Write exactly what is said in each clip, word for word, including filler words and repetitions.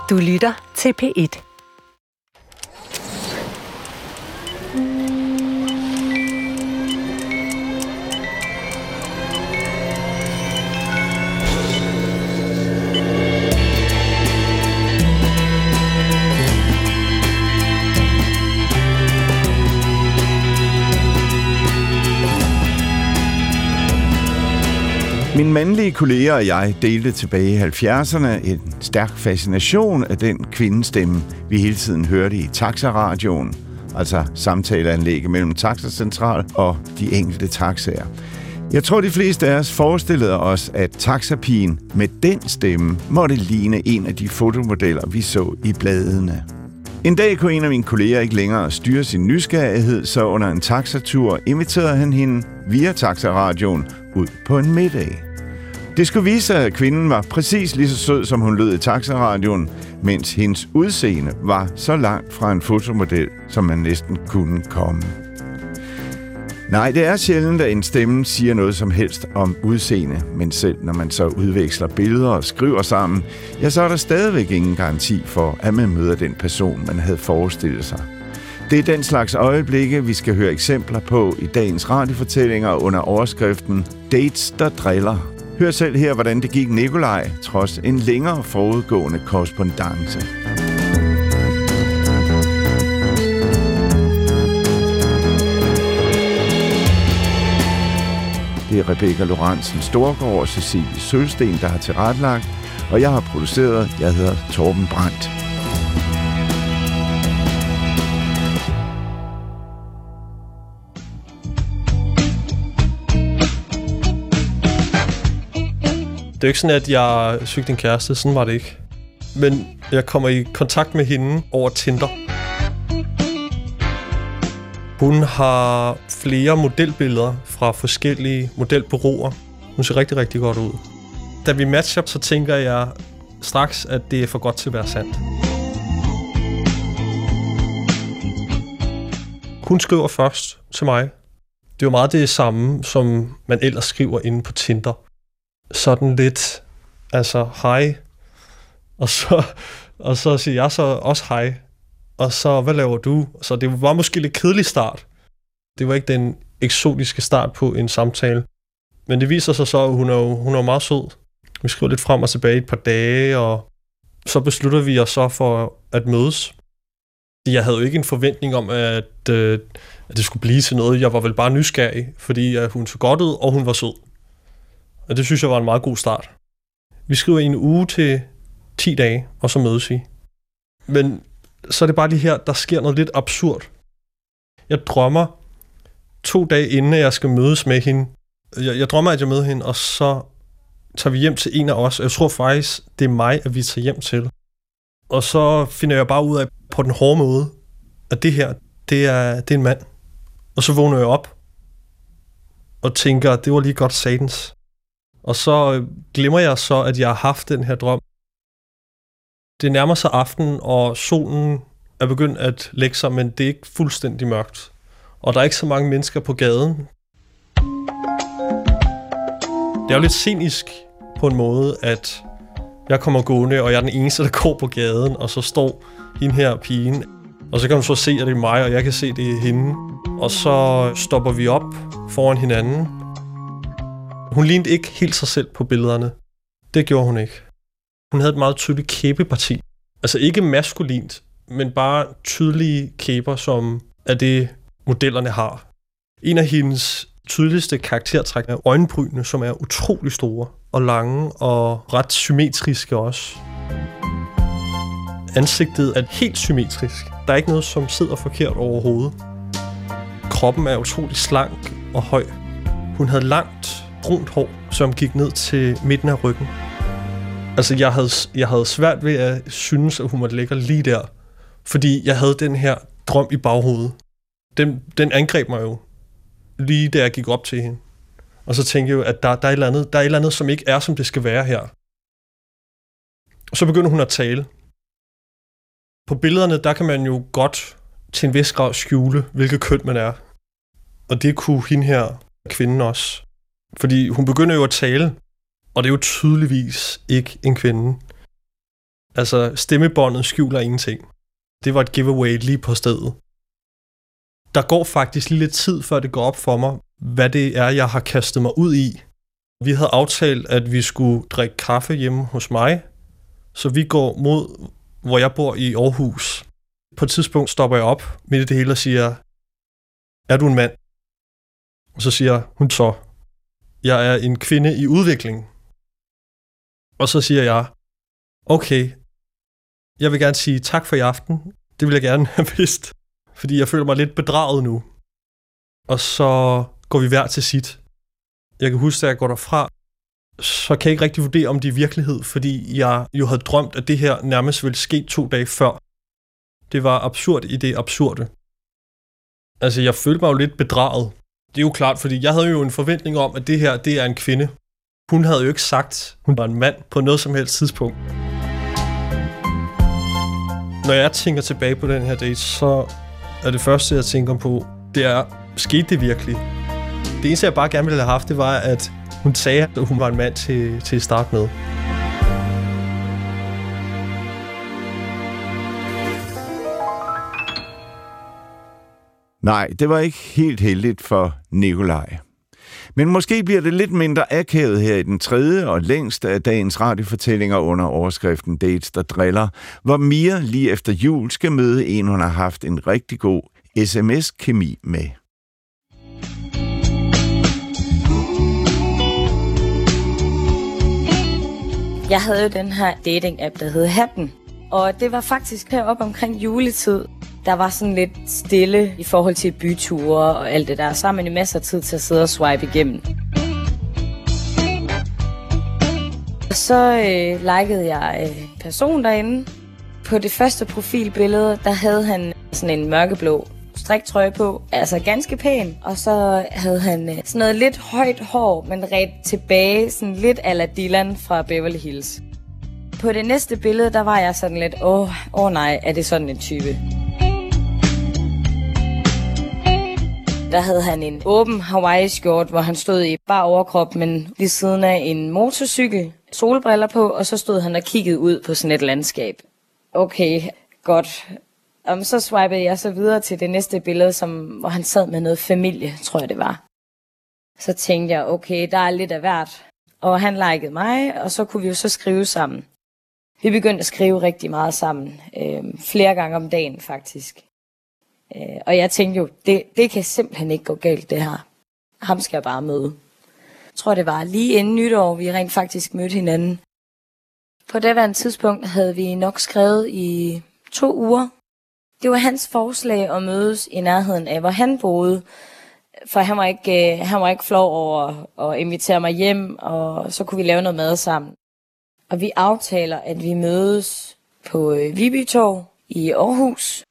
Du lytter til P et. Min mandlige kolleger og jeg delte tilbage i halvfjerdserne en stærk fascination af den kvindestemme, vi hele tiden hørte i taxaradioen, altså samtaleanlægget mellem taxacentral og de enkelte taxaer. Jeg tror, de fleste af os forestillede os, at taxapigen med den stemme måtte ligne en af de fotomodeller, vi så i bladene. En dag kunne en af mine kolleger ikke længere styre sin nysgerrighed, så under en taxatur inviterede han hende via taxaradioen ud på en middag. Det skulle vise sig, at kvinden var præcis lige så sød, som hun lød i taxaradioen, mens hendes udseende var så langt fra en fotomodel, som man næsten kunne komme. Nej, det er sjældent, at en stemme siger noget som helst om udseende, men selv når man så udveksler billeder og skriver sammen, ja, så er der stadigvæk ingen garanti for, at man møder den person, man havde forestillet sig. Det er den slags øjeblikke, vi skal høre eksempler på i dagens radiofortællinger under overskriften Dates, der driller. Hør selv her, hvordan det gik Nikolaj, trods en længere forudgående korrespondance. Det er Rebecca Lorentzen Storgård og Cecilie Sølsten, der har tilrettelagt, og jeg har produceret. Jeg hedder Torben Brandt. Det er jo ikke sådan, at jeg søgte en kæreste. Sådan var det ikke. Men jeg kommer i kontakt med hende over Tinder. Hun har flere modelbilleder fra forskellige modelbureauer. Hun ser rigtig, rigtig godt ud. Da vi matcher, så tænker jeg straks, at det er for godt til at være sandt. Hun skriver først til mig. Det er jo meget det samme, som man ellers skriver inde på Tinder. Sådan lidt, altså hej, og så, og så siger jeg så også hej, og så, hvad laver du? Så det var måske lidt kedelig start. Det var ikke den eksotiske start på en samtale. Men det viser sig så, at hun er jo, hun er meget sød. Vi skriver lidt frem og tilbage et par dage, og så beslutter vi os så for at mødes. Jeg havde jo ikke en forventning om, at, øh, at det skulle blive til noget. Jeg var vel bare nysgerrig, fordi at hun så godt ud, og hun var sød. Og det synes jeg var en meget god start. Vi skriver en uge til ti dage, og så mødes vi. Men så er det bare lige her, der sker noget lidt absurd. Jeg drømmer to dage inden, jeg skal mødes med hende. Jeg, jeg drømmer, at jeg møder hende, og så tager vi hjem til en af os. Jeg tror faktisk, det er mig, at vi tager hjem til. Og så finder jeg bare ud af, på den hårde måde, at det her, det er, det er en mand. Og så vågner jeg op og tænker, det var lige godt satans. Og så glemmer jeg så, at jeg har haft den her drøm. Det nærmer sig aften, og solen er begyndt at lægge sig, men det er ikke fuldstændig mørkt. Og der er ikke så mange mennesker på gaden. Det er jo lidt scenisk på en måde, at jeg kommer gående, og jeg er den eneste, der går på gaden, og så står hende her pigen. Og så kan hun så se, at det er mig, og jeg kan se, at det er hende. Og så stopper vi op foran hinanden. Hun lignede ikke helt sig selv på billederne. Det gjorde hun ikke. Hun havde et meget tydeligt kæbeparti. Altså ikke maskulint, men bare tydelige kæber, som er det, modellerne har. En af hendes tydeligste karaktertræk er øjenbrynene, som er utrolig store og lange og ret symmetriske også. Ansigtet er helt symmetrisk. Der er ikke noget, som sidder forkert overhovedet. Kroppen er utrolig slank og høj. Hun havde langt brunt hår, som gik ned til midten af ryggen. Altså, jeg havde, jeg havde svært ved at synes, at hun var lækker lige der. Fordi jeg havde den her drøm i baghovedet. Den, den angreb mig jo, lige da jeg gik op til hende. Og så tænkte jeg jo, at der, der, er et eller andet, der er et eller andet, som ikke er, som det skal være her. Og så begynder hun at tale. På billederne, der kan man jo godt til en vis grad skjule, hvilket køn man er. Og det kunne hende her, kvinden også. Fordi hun begynder jo at tale, og det er jo tydeligvis ikke en kvinde. Altså, stemmebåndet skjuler ingenting. Det var et giveaway lige på stedet. Der går faktisk lige lidt tid, før det går op for mig, hvad det er, jeg har kastet mig ud i. Vi havde aftalt, at vi skulle drikke kaffe hjemme hos mig, så vi går mod, hvor jeg bor i Aarhus. På et tidspunkt stopper jeg op midt i det hele og siger, er du en mand? Og så siger hun så, jeg er en kvinde i udvikling. Og så siger jeg, okay, jeg vil gerne sige tak for i aften. Det vil jeg gerne have vidst, fordi jeg føler mig lidt bedraget nu. Og så går vi hver til sit. Jeg kan huske, at jeg går derfra, så kan jeg ikke rigtig vurdere, om det er virkelighed, fordi jeg jo havde drømt, at det her nærmest ville ske to dage før. Det var absurd i det absurde. Altså, jeg følte mig jo lidt bedraget. Det er jo klart, fordi jeg havde jo en forventning om, at det her, det er en kvinde. Hun havde jo ikke sagt, hun var en mand på noget som helst tidspunkt. Når jeg tænker tilbage på den her date, så er det første, jeg tænker på, det er, skete det virkelig? Det eneste, jeg bare gerne ville have haft, det var, at hun sagde, at hun var en mand til, til at starte med. Nej, det var ikke helt heldigt for Nikolaj. Men måske bliver det lidt mindre akavet her i den tredje og længste af dagens radiofortællinger under overskriften Dates, der driller, hvor Mia lige efter jul skal møde en, hun har haft en rigtig god sms-kemi med. Jeg havde jo den her dating-app, der hed Happen, og det var faktisk heroppe omkring juletid. Der var sådan lidt stille i forhold til byture og alt det der. Så har man jo masser af tid til at sidde og swipe igennem. Og så øh, likede jeg øh, person derinde. På det første profilbillede, der havde han sådan en mørkeblå striktrøje på. Altså ganske pæn. Og så havde han øh, sådan noget lidt højt hår, men ret tilbage. Sådan lidt a la Dylan fra Beverly Hills. På det næste billede, der var jeg sådan lidt, åh, åh nej, er det sådan en type? Der havde han en åben Hawaii-skjort, hvor han stod i bar overkrop, men ved siden af en motorcykel, solbriller på, og så stod han og kiggede ud på sådan et landskab. Okay, godt. Og så swipede jeg så videre til det næste billede, som, hvor han sad med noget familie, tror jeg det var. Så tænkte jeg, okay, der er lidt af hvert. Og han likede mig, og så kunne vi jo så skrive sammen. Vi begyndte at skrive rigtig meget sammen. Øh, flere gange om dagen, faktisk. Øh, og jeg tænkte jo, det, det kan simpelthen ikke gå galt, det her. Ham skal jeg bare møde. Jeg tror, det var lige inden nytår, vi rent faktisk mødte hinanden. På det var tidspunkt havde vi nok skrevet i to uger. Det var hans forslag at mødes i nærheden af, hvor han boede. For han var ikke, øh, han var ikke flov over at invitere mig hjem, og så kunne vi lave noget mad sammen. Og vi aftaler, at vi mødes på øh, Viby Torv i Aarhus.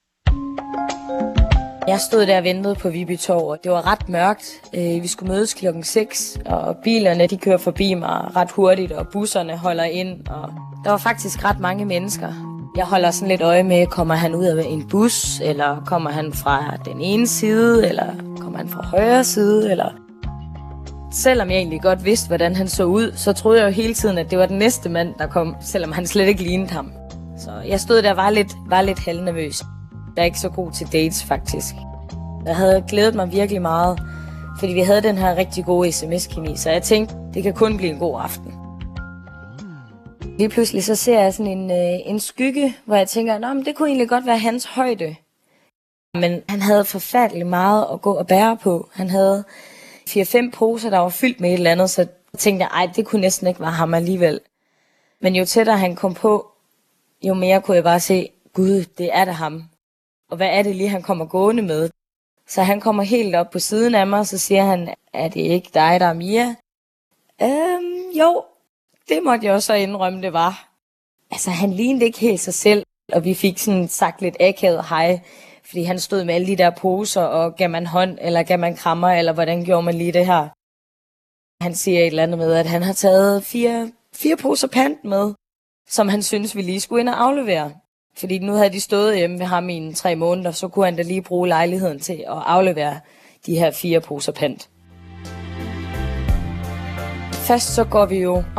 Jeg stod der og ventede på Viby Torv, og det var ret mørkt. Vi skulle mødes klokken seks, og bilerne de kører forbi mig ret hurtigt, og busserne holder ind. Og der var faktisk ret mange mennesker. Jeg holder sådan lidt øje med, kommer han ud af en bus, eller kommer han fra den ene side, eller kommer han fra højre side, eller... Selvom jeg egentlig godt vidste, hvordan han så ud, så troede jeg jo hele tiden, at det var den næste mand, der kom, selvom han slet ikke lignede ham. Så jeg stod der og var lidt, var lidt halvnervøs. Jeg er ikke så god til dates, faktisk. Jeg havde glædet mig virkelig meget, fordi vi havde den her rigtig gode sms-kemi, så jeg tænkte, det kan kun blive en god aften. Lige pludselig så ser jeg sådan en, øh, en skygge, hvor jeg tænker, nå, men det kunne egentlig godt være hans højde. Men han havde forfærdeligt meget at gå og bære på. Han havde fire fem poser, der var fyldt med et eller andet, så jeg tænkte jeg, ej, det kunne næsten ikke være ham alligevel. Men jo tættere han kom på, jo mere kunne jeg bare se, gud, det er da ham. Og hvad er det lige, han kommer gående med? Så han kommer helt op på siden af mig, og så siger han, er det ikke dig, der er Mia? Øhm, jo, det måtte jeg også så indrømme, det var. Altså, han lignede ikke helt sig selv, og vi fik sådan sagt lidt akavet hej, fordi han stod med alle de der poser, og gav man hånd, eller gav man krammer, eller hvordan gjorde man lige det her? Han siger et eller andet med, at han har taget fire, fire poser pant med, som han synes, vi lige skulle ind og aflevere. Fordi nu havde de stået hjemme ved ham i en tre måneder, så kunne han da lige bruge lejligheden til at aflevere de her fire poser pant. Først så går vi jo om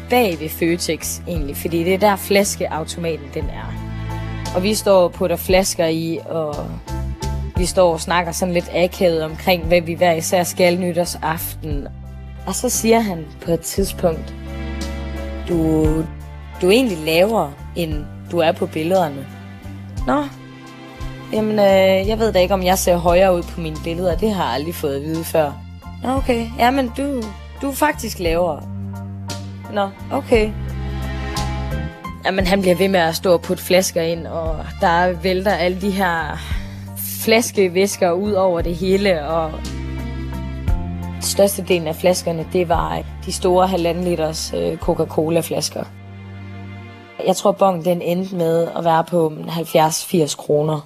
bag ved Føtex egentlig, fordi det er der flaskeautomaten den er. Og vi står og putter flasker i, og vi står og snakker sådan lidt akavet omkring, hvad vi hver især skal nytårsaften. Og så siger han på et tidspunkt, du, du er egentlig lavere, end du er på billederne. Nå, jamen øh, jeg ved da ikke, om jeg ser højere ud på mine billeder. Det har jeg aldrig fået at vide før. Nå, okay. Jamen, du, du er faktisk lavere. Nå, okay. Jamen, han bliver ved med at stå og putte flasker ind, og der vælter alle de her flaskevæsker ud over det hele, og størstedelen af flaskerne, det var de store halvanden liters Coca-Cola-flasker. Jeg tror, bongen den endte med at være på halvfjerds til firs kroner.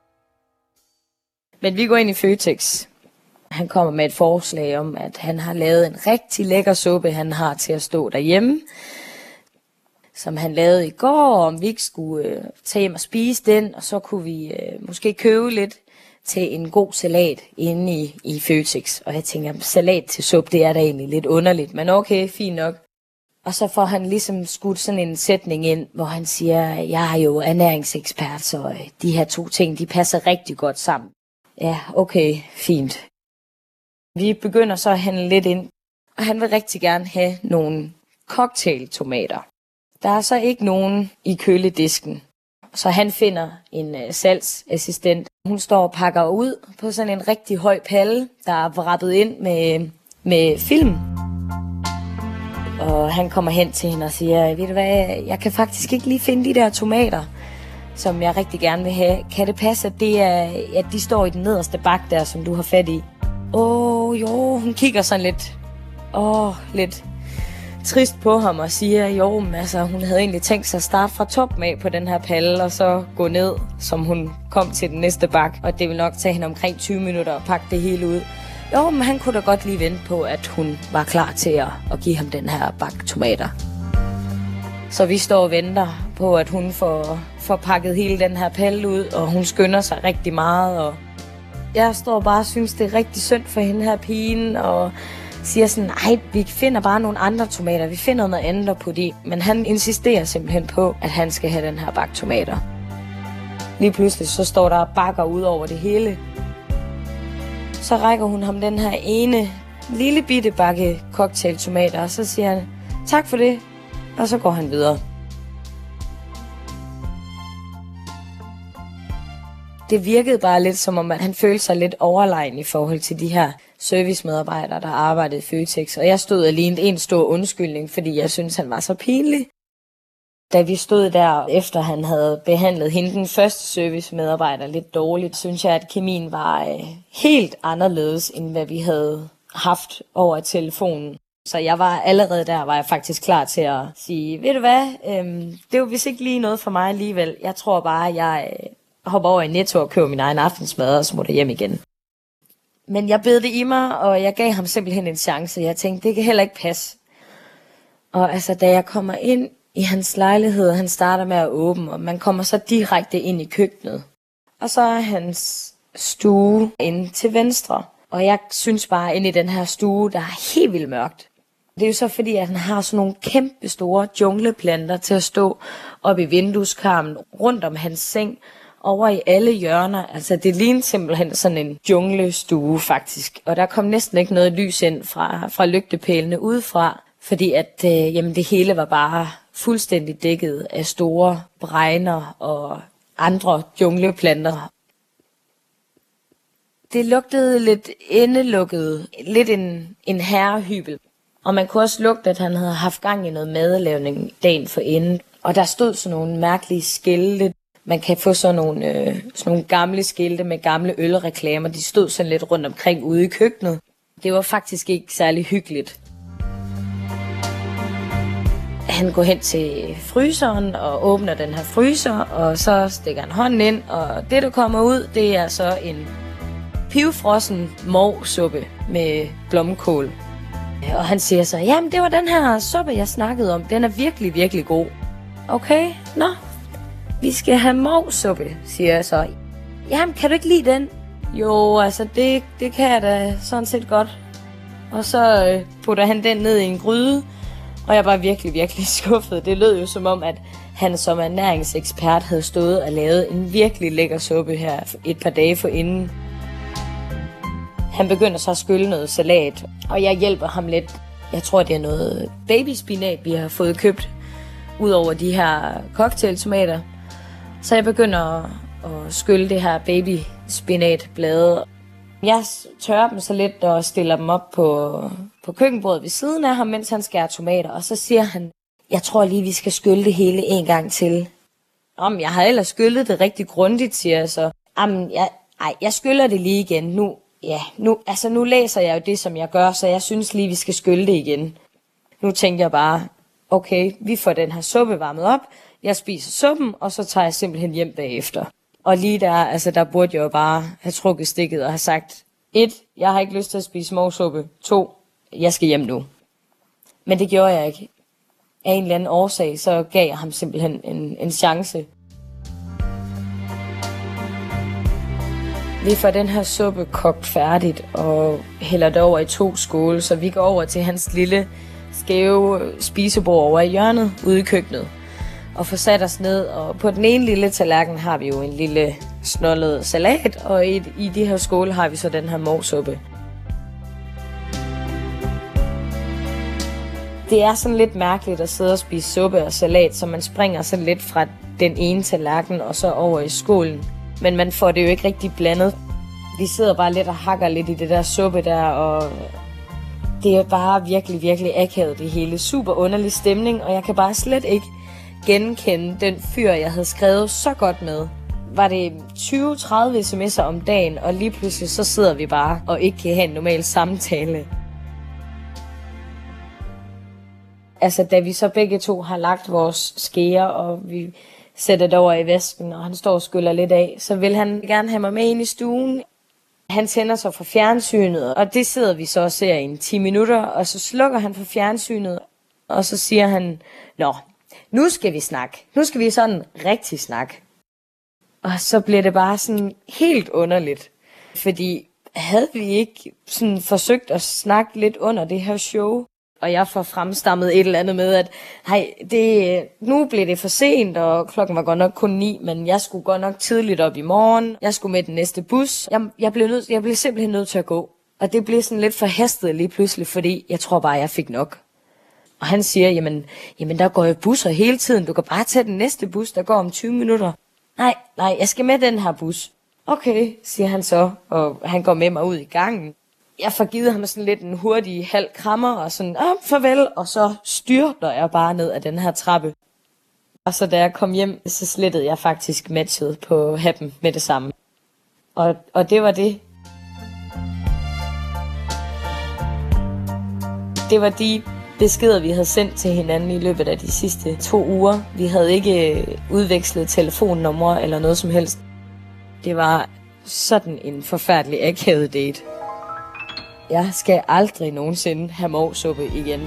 Men vi går ind i Føtex. Han kommer med et forslag om, at han har lavet en rigtig lækker suppe, han har til at stå derhjemme, som han lavede i går, om vi ikke skulle øh, tage hjem og spise den, og så kunne vi øh, måske købe lidt til en god salat inde i, i Føtex. Og jeg tænker, salat til suppe, det er da egentlig lidt underligt, men okay, fint nok. Og så får han ligesom skudt sådan en sætning ind, hvor han siger, jeg er jo ernæringsekspert, så de her to ting, de passer rigtig godt sammen. Ja, okay, fint. Vi begynder så at handle lidt ind, og han vil rigtig gerne have nogle cocktailtomater. Der er så ikke nogen i køledisken, så han finder en uh, salgsassistent. Hun står og pakker ud på sådan en rigtig høj palle, der er wrappet ind med, med film. Og han kommer hen til hende og siger, ved du hvad, jeg kan faktisk ikke lige finde de der tomater, som jeg rigtig gerne vil have. Kan det passe, at, det er, at de står i den nederste bakke der, som du har fat i? Åh, oh, jo, hun kigger sådan lidt, åh, oh, lidt trist på ham og siger, jo, men altså, hun havde egentlig tænkt sig at starte fra toppen af på den her palle, og så gå ned, som hun kom til den næste bakke. Og det vil nok tage hende omkring tyve minutter at pakke det hele ud. Jo, men han kunne da godt lige vente på, at hun var klar til at, at give ham den her bakke tomater. Så vi står og venter på, at hun får, får pakket hele den her palle ud, og hun skynder sig rigtig meget. Og jeg står bare og synes, det er rigtig synd for hende her pigen, og siger sådan, nej, vi finder bare nogle andre tomater, vi finder noget andet på de. Men han insisterer simpelthen på, at han skal have den her bakke tomater. Lige pludselig så står der bakker ud over det hele. Så rækker hun ham den her ene lille bitte bakke cocktailtomater, og så siger han, tak for det, og så går han videre. Det virkede bare lidt som om, at han følte sig lidt overlegen i forhold til de her servicemedarbejdere, der arbejdede i Føtex. Og jeg stod alene en stor undskyldning, fordi jeg synes han var så pinlig. Da vi stod der, efter han havde behandlet hende, den første servicemedarbejder, lidt dårligt, synes jeg, at kemien var øh, helt anderledes, end hvad vi havde haft over telefonen. Så jeg var allerede der, var jeg faktisk klar til at sige, ved du hvad, øhm, det er jo vist ikke lige noget for mig alligevel. Jeg tror bare, at jeg øh, hopper over i Netto og køber min egen aftensmad og smutter hjem igen. Men jeg bed det i mig, og jeg gav ham simpelthen en chance. Jeg tænkte, det kan heller ikke passe. Og altså, da jeg kommer ind i hans lejlighed, han starter med at åbne, og man kommer så direkte ind i køkkenet. Og så er hans stue inde til venstre. Og jeg synes bare, inde i den her stue, der er helt vildt mørkt. Det er jo så fordi, at han har sådan nogle kæmpe store jungleplanter til at stå oppe i vindueskarmen rundt om hans seng, over i alle hjørner. Altså det ligner simpelthen sådan en junglestue faktisk. Og der kom næsten ikke noget lys ind fra, fra lygtepælene udefra, fordi at øh, jamen, det hele var bare fuldstændig dækket af store bregner og andre jungleplanter. Det lugtede lidt indelukket, lidt en, en herrehybel. Og man kunne også lugte, at han havde haft gang i noget madlavning dagen forinden. Og der stod sådan nogle mærkelige skilte. Man kan få sådan nogle, øh, sådan nogle gamle skilte med gamle ølreklamer. De stod sådan lidt rundt omkring ude i køkkenet. Det var faktisk ikke særlig hyggeligt. Han går hen til fryseren og åbner den her fryser, og så stikker han hånden ind. Og det, der kommer ud, det er så en pivfrossen morgsuppe med blomkål. Og han siger så, jamen det var den her suppe, jeg snakkede om. Den er virkelig, virkelig god. Okay, nå. Vi skal have morgsuppe, siger jeg så. Jamen, kan du ikke lide den? Jo, altså, det, det kan jeg da sådan set godt. Og så øh, putter han den ned i en gryde, Og jeg var virkelig, virkelig skuffet. Det lød jo som om, at han som ernæringsekspert havde stået og lavet en virkelig lækker suppe her et par dage forinden. Han begynder så at skylle noget salat, og jeg hjælper ham lidt. Jeg tror, det er noget babyspinat, vi har fået købt, ud over de her cocktailtomater. Så jeg begynder at skylle det her babyspinatblade. Jeg tørrer dem så lidt og stiller dem op på, på køkkenbordet ved siden af ham, mens han skærer tomater. Og så siger han, jeg tror lige, vi skal skylle det hele en gang til. Om jeg har ellers skyllet det rigtig grundigt, siger jeg så. Jamen, jeg, ej, jeg skyller det lige igen. Nu, ja, nu, altså, nu læser jeg jo det, som jeg gør, så jeg synes lige, vi skal skylle det igen. Nu tænker jeg bare, okay, vi får den her suppe varmet op. Jeg spiser suppen, og så tager jeg simpelthen hjem bagefter. Og lige der, altså der burde jeg jo bare have trukket stikket og have sagt, et, jeg har ikke lyst til at spise morsuppe. To, jeg skal hjem nu. Men det gjorde jeg ikke. Af en eller anden årsag, så gav jeg ham simpelthen en, en chance. Vi får den her suppe kogt færdigt og hælder det over i to skåle, så vi går over til hans lille skæve spisebord over i hjørnet ude i køkkenet. Og får sat os ned, og på den ene lille tallerken har vi jo en lille snollet salat, og i, i de her skåle har vi så den her morsuppe. Det er sådan lidt mærkeligt at sidde og spise suppe og salat, så man springer sådan lidt fra den ene tallerken og så over i skålen. Men man får det jo ikke rigtig blandet. Vi sidder bare lidt og hakker lidt i det der suppe der, og det er bare virkelig, virkelig akavet det hele. Super underlig stemning, og jeg kan bare slet ikke genkende den fyr, jeg havde skrevet så godt med. Var det tyve til tredive sms'er om dagen, og lige pludselig så sidder vi bare og ikke kan have en normal samtale. Altså, da vi så begge to har lagt vores skeer, og vi sætter det over i væsken, og han står og skyller lidt af, så vil han gerne have mig med ind i stuen. Han tænder sig for fjernsynet, og det sidder vi så og ser i en ti minutter, og så slukker han for fjernsynet, og så siger han, nå, nu skal vi snakke. Nu skal vi sådan rigtig snakke. Og så bliver det bare sådan helt underligt. Fordi havde vi ikke sådan forsøgt at snakke lidt under det her show, og jeg får fremstammet et eller andet med, at hej, det, nu blev det for sent, og klokken var godt nok kun ni, men jeg skulle godt nok tidligt op i morgen. Jeg skulle med den næste bus. Jeg, jeg, blev, nødt, jeg blev simpelthen nødt til at gå. Og det blev sådan lidt forhastet lige pludselig, fordi jeg tror bare, jeg fik nok. Og han siger, jamen, jamen der går jo busser hele tiden. Du kan bare tage den næste bus, der går om tyve minutter. Nej, nej, jeg skal med den her bus. Okay, siger han så, og han går med mig ud i gangen. Jeg får givet ham sådan lidt en hurtig halv krammer, og sådan, ah, farvel, og så styrter jeg bare ned ad den her trappe. Og så da jeg kom hjem, så slettede jeg faktisk matchet på Happen med det samme. Og, og det var det. Det var de beskeder, vi havde sendt til hinanden i løbet af de sidste to uger. Vi havde ikke udvekslet telefonnumre eller noget som helst. Det var sådan en forfærdelig akavet date. Jeg skal aldrig nogensinde have morsuppe igen.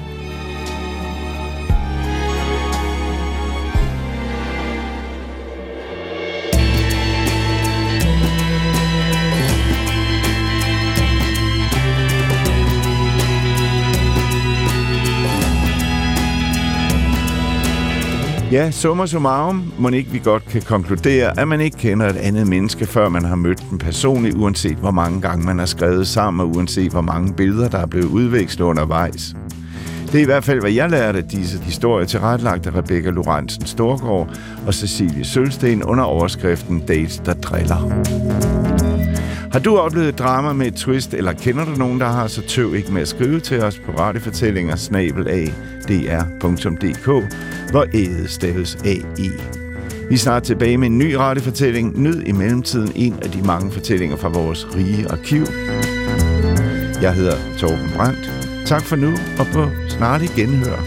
Ja, summa summarum, må ikke vi godt kan konkludere, at man ikke kender et andet menneske, før man har mødt dem personligt, uanset hvor mange gange man har skrevet sammen, og uanset hvor mange billeder, der er blevet udvekslet undervejs. Det er i hvert fald, hvad jeg lærte af disse historier tilrettelagt af Rebecca Lorentzen Storgård og Cecilie Sølsten under overskriften Dates, der driller. Har du oplevet et drama med et twist, eller kender du nogen, der har, så tøv ikke med at skrive til os på radiofortællinger snabel-a d r punktum d k, hvor ædet staves A E. Vi er snart tilbage med en ny radiofortælling. Nyd i mellemtiden en af de mange fortællinger fra vores rige arkiv. Jeg hedder Torben Brandt. Tak for nu, og på snart genhør.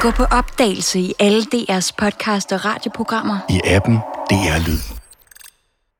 Gå på opdagelse i alle D R's podcast og radioprogrammer. I appen D R Lyd.